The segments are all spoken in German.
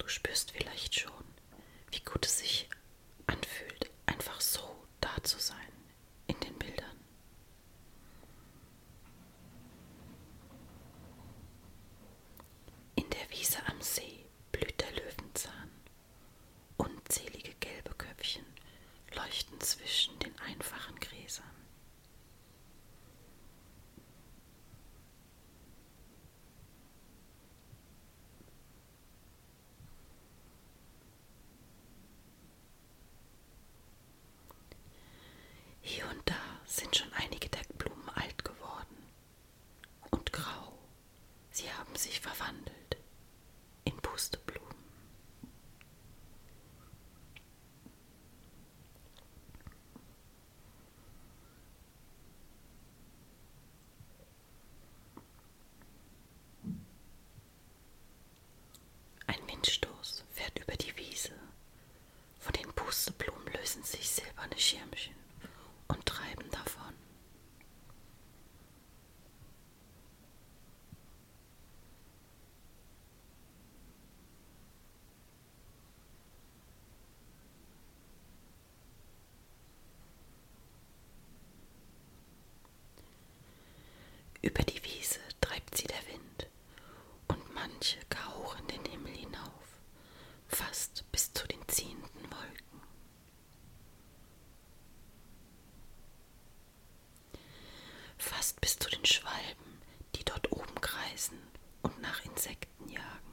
spürst vielleicht schon, wie gut es sich anfühlt, einfach so da zu sein in den Bildern. In der Wiese am See blüht der Löwenzahn. Unzählige gelbe Köpfchen leuchten zwischen den einfachen Gräsern. Hier und da sind schon einige der Blumen alt geworden und grau. Sie haben sich verwandelt in Pusteblumen. Ein Windstoß fährt über die Wiese. Von den Pusteblumen lösen sich silberne Schirmchen und treiben davon. Über die Wiese treibt sie der Wind, und manche gar hoch in den Himmel hinauf, fast bis zu den ziehenden Wolken. Fast bis zu den Schwalben, die dort oben kreisen und nach Insekten jagen.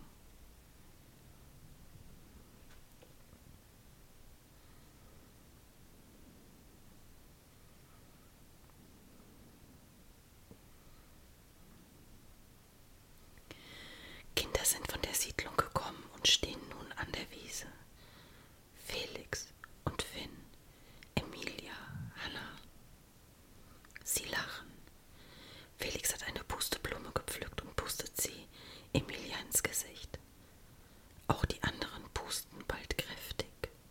Kinder sind von der Siedlung gekommen und stehen nun an der Wiese. Felix und Finn, Emilia, Hannah. Sie lachen. Felix hat eine Pusteblume gepflückt und pustet sie Emilia ins Gesicht. Auch die anderen pusten bald kräftig.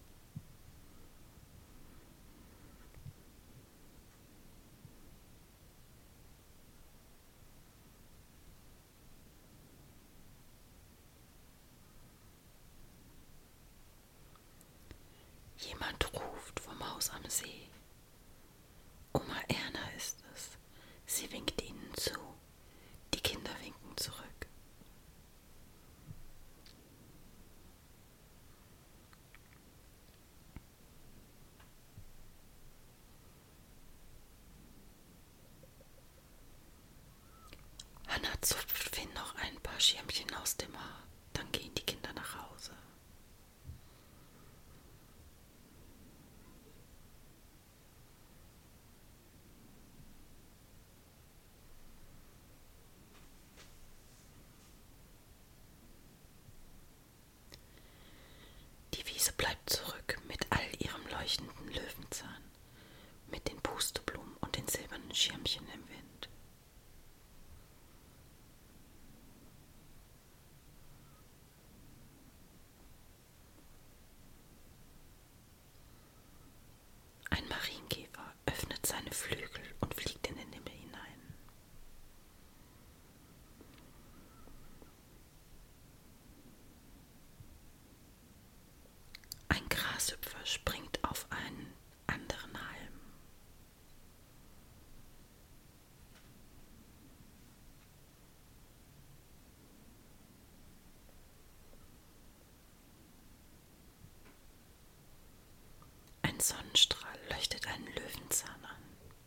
Jemand ruft vom Haus am See. Oma Erna ist es. Sie winkt ihnen zu. Die Kinder winken zurück. Hannah zupft Finn noch ein paar Schirmchen aus dem Haar. Dann gehen die Kinder nach Hause. Die Wiese bleibt zurück mit all ihrem leuchtenden Löwenzahn, mit den Pusteblumen und den silbernen Schirmchen im Wind. Ein Marienkäfer öffnet seine Flügel und fliegt in den Himmel hinein. Ein Grashüpfer springt auf einen anderen Halm. Ein Sonnenstrahl leuchtet einen Löwenzahn an.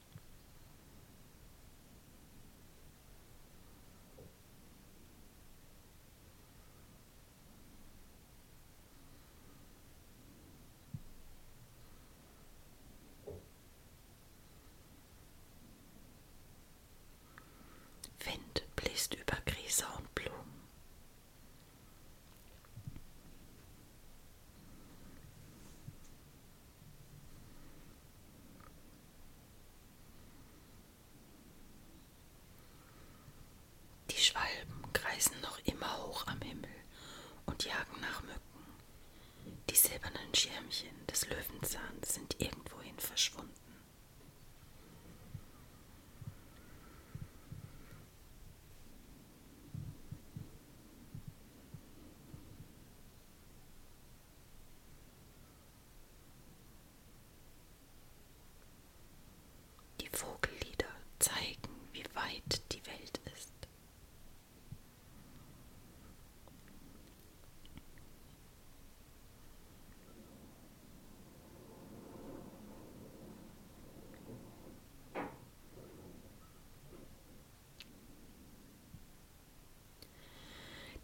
Wind bläst über Gräser und Blumen. Die Schwalben kreisen noch immer hoch am Himmel und jagen nach Mücken. Die silbernen Schirmchen des Löwenzahns sind irgendwohin verschwunden.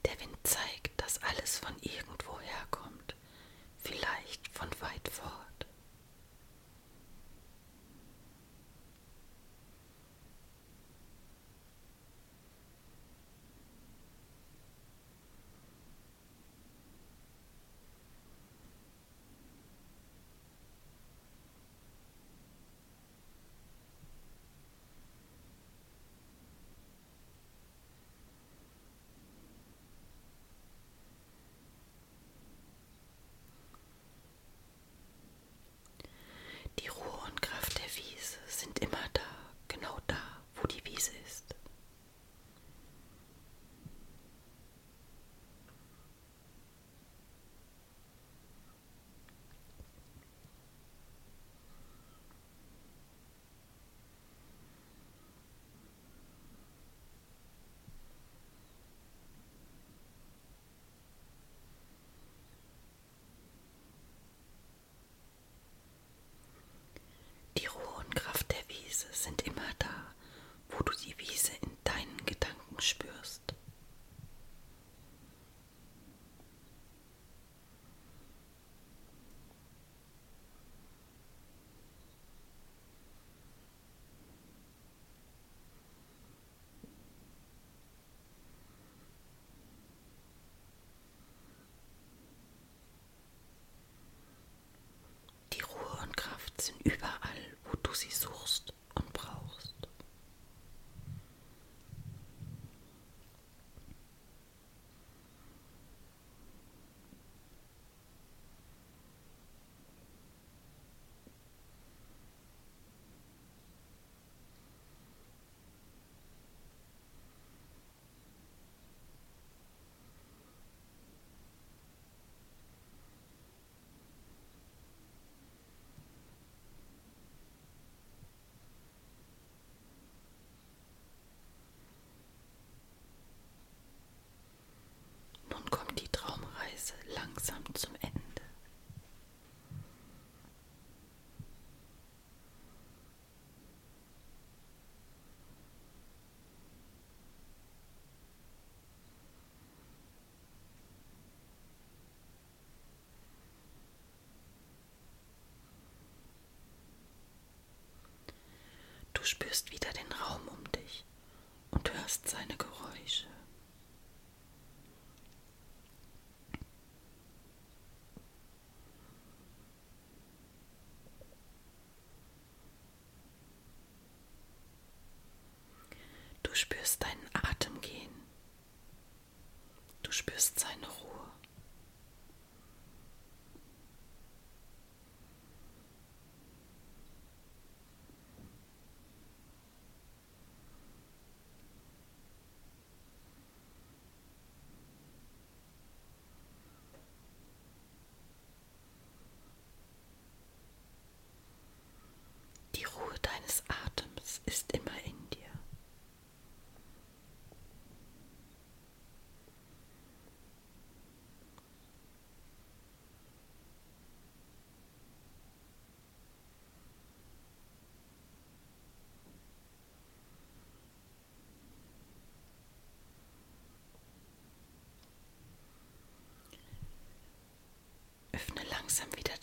Der Wind zeigt, dass alles von irgendwo herkommt, vielleicht von weit fort. Die Ruhe und Kraft der Wiese sind immer da, genau da, wo die Wiese ist. Die Ruhe und Kraft der Wiese sind immer da, wo du die Wiese in deinen Gedanken spürst. Die Ruhe und Kraft sind überall, wo du sie suchst und brauchst. Nun kommt die Traumreise langsam zum Ende. Du spürst wieder den Raum um dich und hörst seine Geräusche. Du spürst deinen Atem gehen. Du spürst seine Ruhe. Die Ruhe deines Atems ist immer in dir. Öffne langsam wieder